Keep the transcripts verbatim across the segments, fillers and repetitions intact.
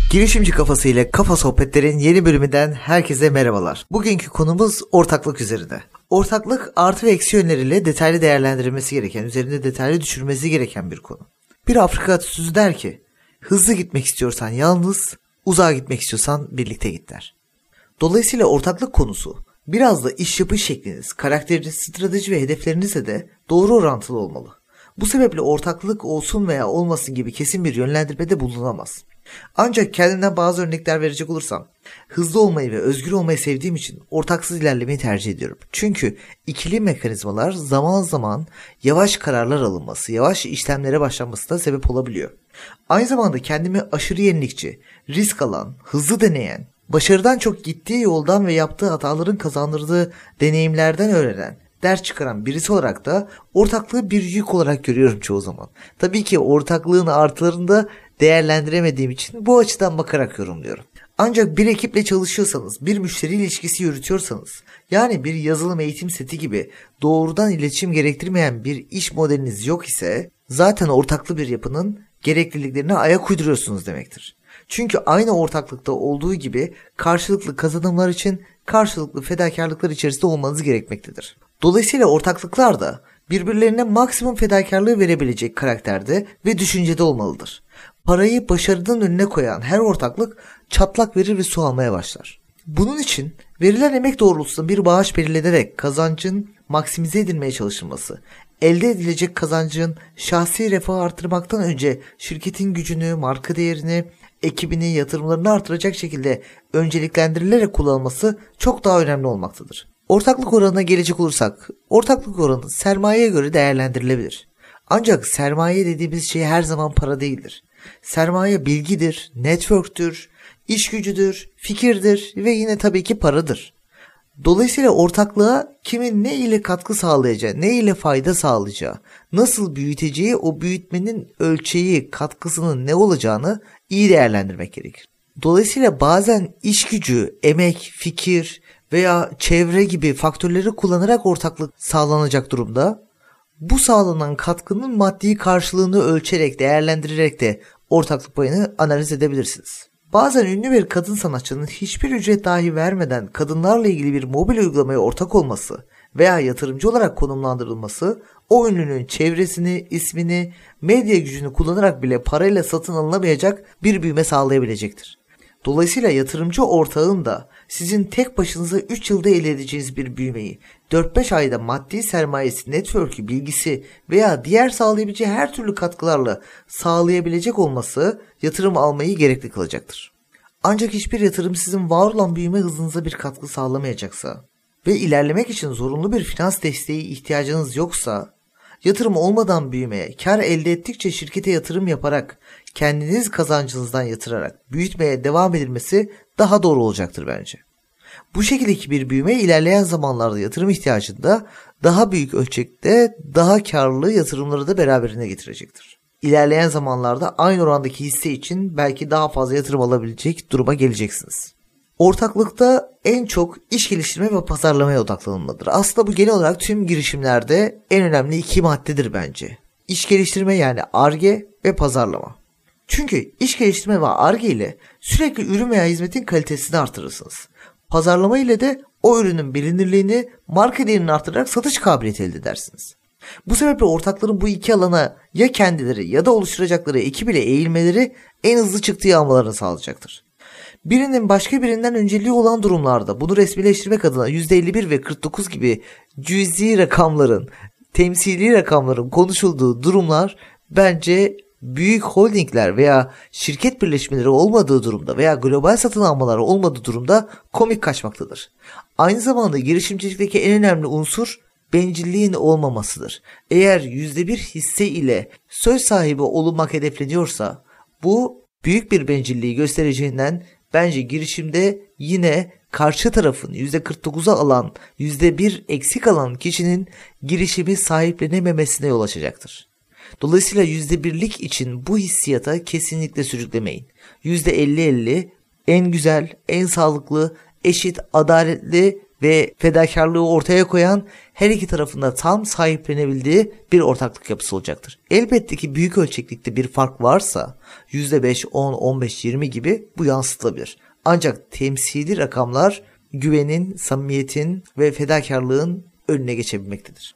Girişimci Kafası ile Kafa Sohbetler'in yeni bölümünden herkese merhabalar. Bugünkü konumuz ortaklık üzerine. Ortaklık artı ve eksi yönleriyle detaylı değerlendirilmesi gereken, üzerinde detaylı düşürmesi gereken bir konu. Bir Afrika atasözü der ki, hızlı gitmek istiyorsan yalnız, uzağa gitmek istiyorsan birlikte git der. Dolayısıyla ortaklık konusu biraz da iş yapış şekliniz, karakteriniz, strateji ve hedeflerinizle de doğru orantılı olmalı. Bu sebeple ortaklık olsun veya olmasın gibi kesin bir yönlendirmede bulunamaz. Ancak kendimden bazı örnekler verecek olursam, hızlı olmayı ve özgür olmayı sevdiğim için ortaksız ilerlemeyi tercih ediyorum. Çünkü ikili mekanizmalar zaman zaman yavaş kararlar alınması, yavaş işlemlere başlanmasına sebep olabiliyor. Aynı zamanda kendimi aşırı yenilikçi, risk alan, hızlı deneyen, başarıdan çok gittiği yoldan ve yaptığı hataların kazandırdığı deneyimlerden öğrenen, ders çıkaran birisi olarak da ortaklığı bir yük olarak görüyorum çoğu zaman. Tabii ki ortaklığın artılarını da değerlendiremediğim için bu açıdan bakarak yorumluyorum. Ancak bir ekiple çalışıyorsanız, bir müşteri ilişkisi yürütüyorsanız, yani bir yazılım eğitim seti gibi doğrudan iletişim gerektirmeyen bir iş modeliniz yok ise, zaten ortaklı bir yapının gerekliliklerine ayak uyduruyorsunuz demektir. Çünkü aynı ortaklıkta olduğu gibi karşılıklı kazanımlar için karşılıklı fedakarlıklar içerisinde olmanız gerekmektedir. Dolayısıyla ortaklıklar da birbirlerine maksimum fedakarlığı verebilecek karakterde ve düşüncede olmalıdır. Parayı başarının önüne koyan her ortaklık çatlak verir ve su almaya başlar. Bunun için verilen emek doğrultusunda bir bağış belirlenerek kazancın maksimize edilmeye çalışılması, elde edilecek kazancın şahsi refahı artırmaktan önce şirketin gücünü, marka değerini, ekibini, yatırımlarını artıracak şekilde önceliklendirilerek kullanılması çok daha önemli olmaktadır. Ortaklık oranına gelecek olursak, ortaklık oranı sermayeye göre değerlendirilebilir. Ancak sermaye dediğimiz şey her zaman para değildir. Sermaye bilgidir, networktür, iş gücüdür, fikirdir ve yine tabii ki paradır. Dolayısıyla ortaklığa kimin ne ile katkı sağlayacağı, ne ile fayda sağlayacağı, nasıl büyüteceği, o büyütmenin ölçeği, katkısının ne olacağını iyi değerlendirmek gerekir. Dolayısıyla bazen iş gücü, emek, fikir veya çevre gibi faktörleri kullanarak ortaklık sağlanacak durumda, bu sağlanan katkının maddi karşılığını ölçerek, değerlendirerek de ortaklık payını analiz edebilirsiniz. Bazen ünlü bir kadın sanatçının hiçbir ücret dahi vermeden kadınlarla ilgili bir mobil uygulamaya ortak olması veya yatırımcı olarak konumlandırılması, o ünlünün çevresini, ismini, medya gücünü kullanarak bile parayla satın alınamayacak bir büyüme sağlayabilecektir. Dolayısıyla yatırımcı ortağın da sizin tek başınıza üç yılda elde edeceğiniz bir büyümeyi dört beş ayda maddi sermayesi, network'ü, bilgisi veya diğer sağlayabileceği her türlü katkılarla sağlayabilecek olması yatırım almayı gerekli kılacaktır. Ancak hiçbir yatırım sizin var olan büyüme hızınıza bir katkı sağlamayacaksa ve ilerlemek için zorunlu bir finans desteği ihtiyacınız yoksa, yatırım olmadan büyümeye, kar elde ettikçe şirkete yatırım yaparak, kendiniz kazancınızdan yatırarak büyütmeye devam edilmesi daha doğru olacaktır bence. Bu şekildeki bir büyüme ilerleyen zamanlarda yatırım ihtiyacında daha büyük ölçekte daha karlı yatırımları da beraberine getirecektir. İlerleyen zamanlarda aynı orandaki hisse için belki daha fazla yatırım alabilecek duruma geleceksiniz. Ortaklıkta en çok iş geliştirme ve pazarlamaya odaklanılmalıdır. Aslında bu genel olarak tüm girişimlerde en önemli iki maddedir bence. İş geliştirme, yani Ar-Ge ve pazarlama. Çünkü iş geliştirme ve Ar-Ge ile sürekli ürün veya hizmetin kalitesini artırırsınız. Pazarlama ile de o ürünün bilinirliğini, marka değerini artırarak satış kabiliyeti elde edersiniz. Bu sebeple ortakların bu iki alana ya kendileri ya da oluşturacakları ekip ile eğilmeleri en hızlı çıktığı almalarını sağlayacaktır. Birinin başka birinden önceliği olan durumlarda bunu resmileştirmek adına yüzde elli bir ve kırk dokuz gibi cüzi rakamların, temsili rakamların konuşulduğu durumlar bence büyük holdingler veya şirket birleşmeleri olmadığı durumda veya global satın almaları olmadığı durumda komik kaçmaktadır. Aynı zamanda girişimcilikteki en önemli unsur bencilliğin olmamasıdır. Eğer yüzde bir hisse ile söz sahibi olunmak hedefleniyorsa, bu büyük bir bencilliği göstereceğinden bence girişimde yine karşı tarafın yüzde kırk dokuza alan, yüzde bir eksik alan kişinin girişimi sahiplenememesine yol açacaktır. Dolayısıyla yüzde birlik için bu hissiyata kesinlikle sürüklemeyin. yüzde elli elli en güzel, en sağlıklı, eşit, adaletli ve fedakarlığı ortaya koyan, her iki tarafında tam sahiplenebildiği bir ortaklık yapısı olacaktır. Elbette ki büyük ölçeklikte bir fark varsa yüzde beş, on, on beş, yirmi gibi bu yansıtılabilir. Ancak temsili rakamlar güvenin, samimiyetin ve fedakarlığın önüne geçebilmektedir.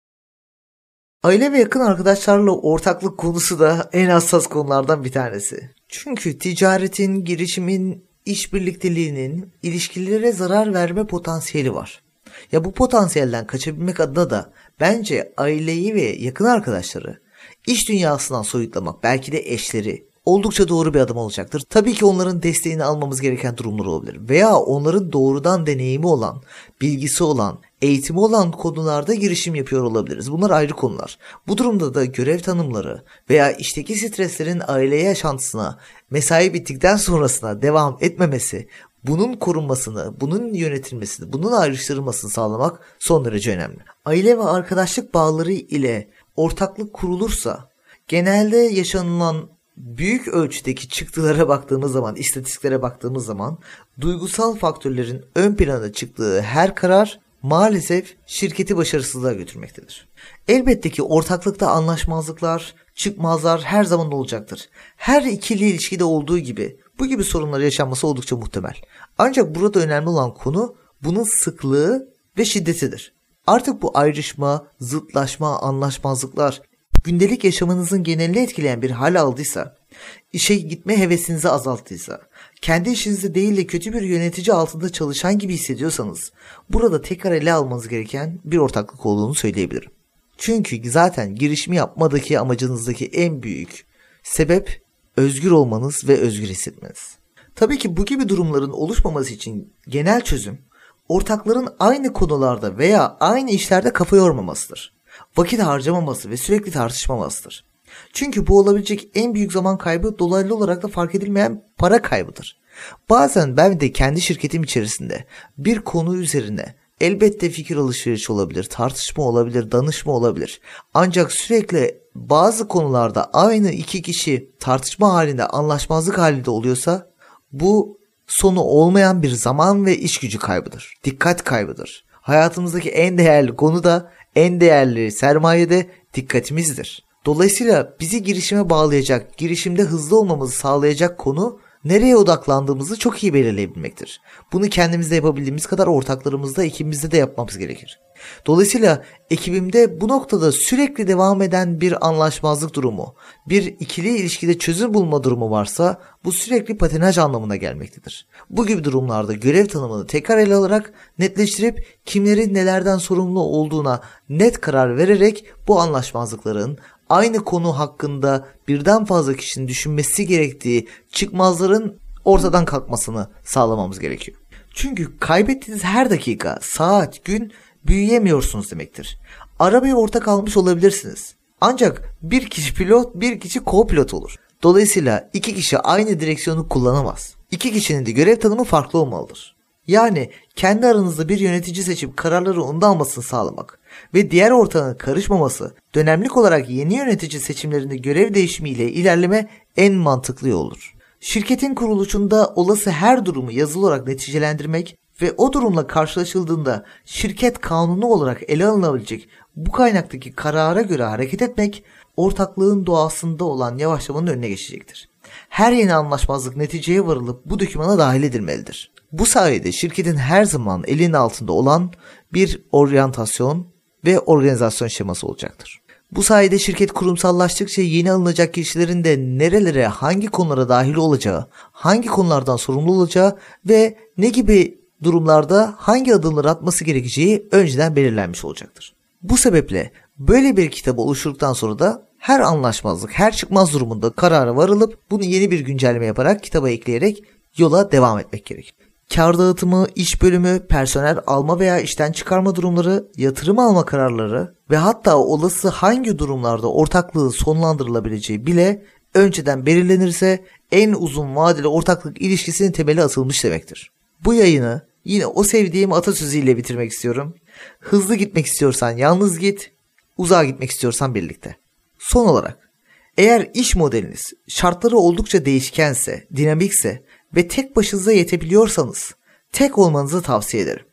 Aile ve yakın arkadaşlarla ortaklık konusu da en hassas konulardan bir tanesi. Çünkü ticaretin, girişimin, iş birlikteliğinin ilişkilere zarar verme potansiyeli var. Ya bu potansiyelden kaçabilmek adına da bence aileyi ve yakın arkadaşları iş dünyasından soyutlamak, belki de eşleri oldukça doğru bir adım olacaktır. Tabii ki onların desteğini almamız gereken durumlar olabilir. Veya onların doğrudan deneyimi olan, bilgisi olan, eğitimi olan konularda girişim yapıyor olabiliriz. Bunlar ayrı konular. Bu durumda da görev tanımları veya işteki streslerin aile yaşantısına, mesai bittikten sonrasına devam etmemesi, bunun korunmasını, bunun yönetilmesini, bunun ayrıştırılmasını sağlamak son derece önemli. Aile ve arkadaşlık bağları ile ortaklık kurulursa genelde yaşanılan büyük ölçüdeki çıktılara baktığımız zaman, istatistiklere baktığımız zaman duygusal faktörlerin ön plana çıktığı her karar maalesef şirketi başarısızlığa götürmektedir. Elbette ki ortaklıkta anlaşmazlıklar, çıkmazlar her zaman olacaktır. Her ikili ilişkide olduğu gibi bu gibi sorunlar yaşanması oldukça muhtemel. Ancak burada önemli olan konu bunun sıklığı ve şiddetidir. Artık bu ayrışma, zıtlaşma, anlaşmazlıklar gündelik yaşamınızın genelini etkileyen bir hal aldıysa, işe gitme hevesinizi azalttıysa, kendi işinizde değil de kötü bir yönetici altında çalışan gibi hissediyorsanız, burada tekrar ele almanız gereken bir ortaklık olduğunu söyleyebilirim. Çünkü zaten girişimi yapmadaki amacınızdaki en büyük sebep özgür olmanız ve özgür hissetmeniz. Tabii ki bu gibi durumların oluşmaması için genel çözüm, ortakların aynı konularda veya aynı işlerde kafa yormamasıdır. Vakit harcamaması ve sürekli tartışmamasıdır. Çünkü bu olabilecek en büyük zaman kaybı dolaylı olarak da fark edilmeyen para kaybıdır. Bazen ben de kendi şirketim içerisinde bir konu üzerine elbette fikir alışverişi olabilir, tartışma olabilir, danışma olabilir. Ancak sürekli bazı konularda aynı iki kişi tartışma halinde, anlaşmazlık halinde oluyorsa bu sonu olmayan bir zaman ve iş gücü kaybıdır. Dikkat kaybıdır. Hayatımızdaki en değerli konu da, en değerli sermaye de dikkatimizdir. Dolayısıyla bizi girişime bağlayacak, girişimde hızlı olmamızı sağlayacak konu nereye odaklandığımızı çok iyi belirleyebilmektir. Bunu kendimizde yapabildiğimiz kadar ortaklarımızda, ekibimizde de yapmamız gerekir. Dolayısıyla ekibimde bu noktada sürekli devam eden bir anlaşmazlık durumu, bir ikili ilişkide çözüm bulma durumu varsa bu sürekli patinaj anlamına gelmektedir. Bu gibi durumlarda görev tanımını tekrar ele alarak netleştirip kimlerin nelerden sorumlu olduğuna net karar vererek bu anlaşmazlıkların aynı konu hakkında birden fazla kişinin düşünmesi gerektiği çıkmazların ortadan kalkmasını sağlamamız gerekiyor. Çünkü kaybettiğiniz her dakika, saat, gün büyüyemiyorsunuz demektir. Arabaya ortak almış olabilirsiniz. Ancak bir kişi pilot, bir kişi co-pilot olur. Dolayısıyla iki kişi aynı direksiyonu kullanamaz. İki kişinin de görev tanımı farklı olmalıdır. Yani kendi aranızda bir yönetici seçip kararları onda almasını sağlamak ve diğer ortağın karışmaması, dönemlik olarak yeni yönetici seçimlerinde görev değişimiyle ilerleme en mantıklı yoldur. Şirketin kuruluşunda olası her durumu yazılı olarak neticelendirmek ve o durumla karşılaşıldığında şirket kanunu olarak ele alınabilecek bu kaynaktaki karara göre hareket etmek, ortaklığın doğasında olan yavaşlamanın önüne geçecektir. Her yeni anlaşmazlık neticeye varılıp bu dokümana dahil edilmelidir. Bu sayede şirketin her zaman elinin altında olan bir oryantasyon ve organizasyon şeması olacaktır. Bu sayede şirket kurumsallaştıkça yeni alınacak kişilerin de nerelere, hangi konulara dahil olacağı, hangi konulardan sorumlu olacağı ve ne gibi durumlarda hangi adımları atması gerekeceği önceden belirlenmiş olacaktır. Bu sebeple böyle bir kitap oluşturduktan sonra da her anlaşmazlık, her çıkmaz durumunda karara varılıp bunu yeni bir güncelleme yaparak kitaba ekleyerek yola devam etmek gerekir. Kar dağıtımı, iş bölümü, personel alma veya işten çıkarma durumları, yatırım alma kararları ve hatta olası hangi durumlarda ortaklığı sonlandırılabileceği bile önceden belirlenirse en uzun vadeli ortaklık ilişkisinin temeli atılmış demektir. Bu yayını yine o sevdiğim atasözüyle bitirmek istiyorum. Hızlı gitmek istiyorsan yalnız git, uzağa gitmek istiyorsan birlikte. Son olarak, eğer iş modeliniz şartları oldukça değişkense, dinamikse ve tek başınıza yetebiliyorsanız tek olmanızı tavsiye ederim.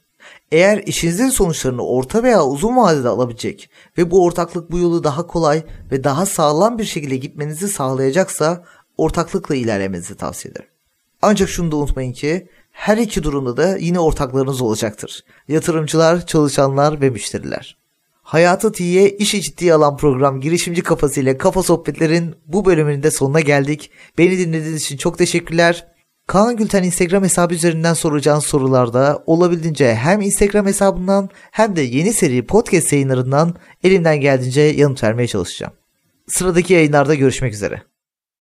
Eğer işinizin sonuçlarını orta veya uzun vadede alabilecek ve bu ortaklık bu yolu daha kolay ve daha sağlam bir şekilde gitmenizi sağlayacaksa ortaklıkla ilerlemenizi tavsiye ederim. Ancak şunu da unutmayın ki her iki durumda da yine ortaklarınız olacaktır. Yatırımcılar, çalışanlar ve müşteriler. Hayatı tiye, işi ciddiye alan program Girişimci Kafası ile Kafa Sohbetler'in bu bölümünün de sonuna geldik. Beni dinlediğiniz için çok teşekkürler. Kaan Gülten Instagram hesabı üzerinden soracağınız sorularda olabildiğince hem Instagram hesabından hem de yeni seri podcast yayınlarından elimden geldiğince yanıt vermeye çalışacağım. Sıradaki yayınlarda görüşmek üzere.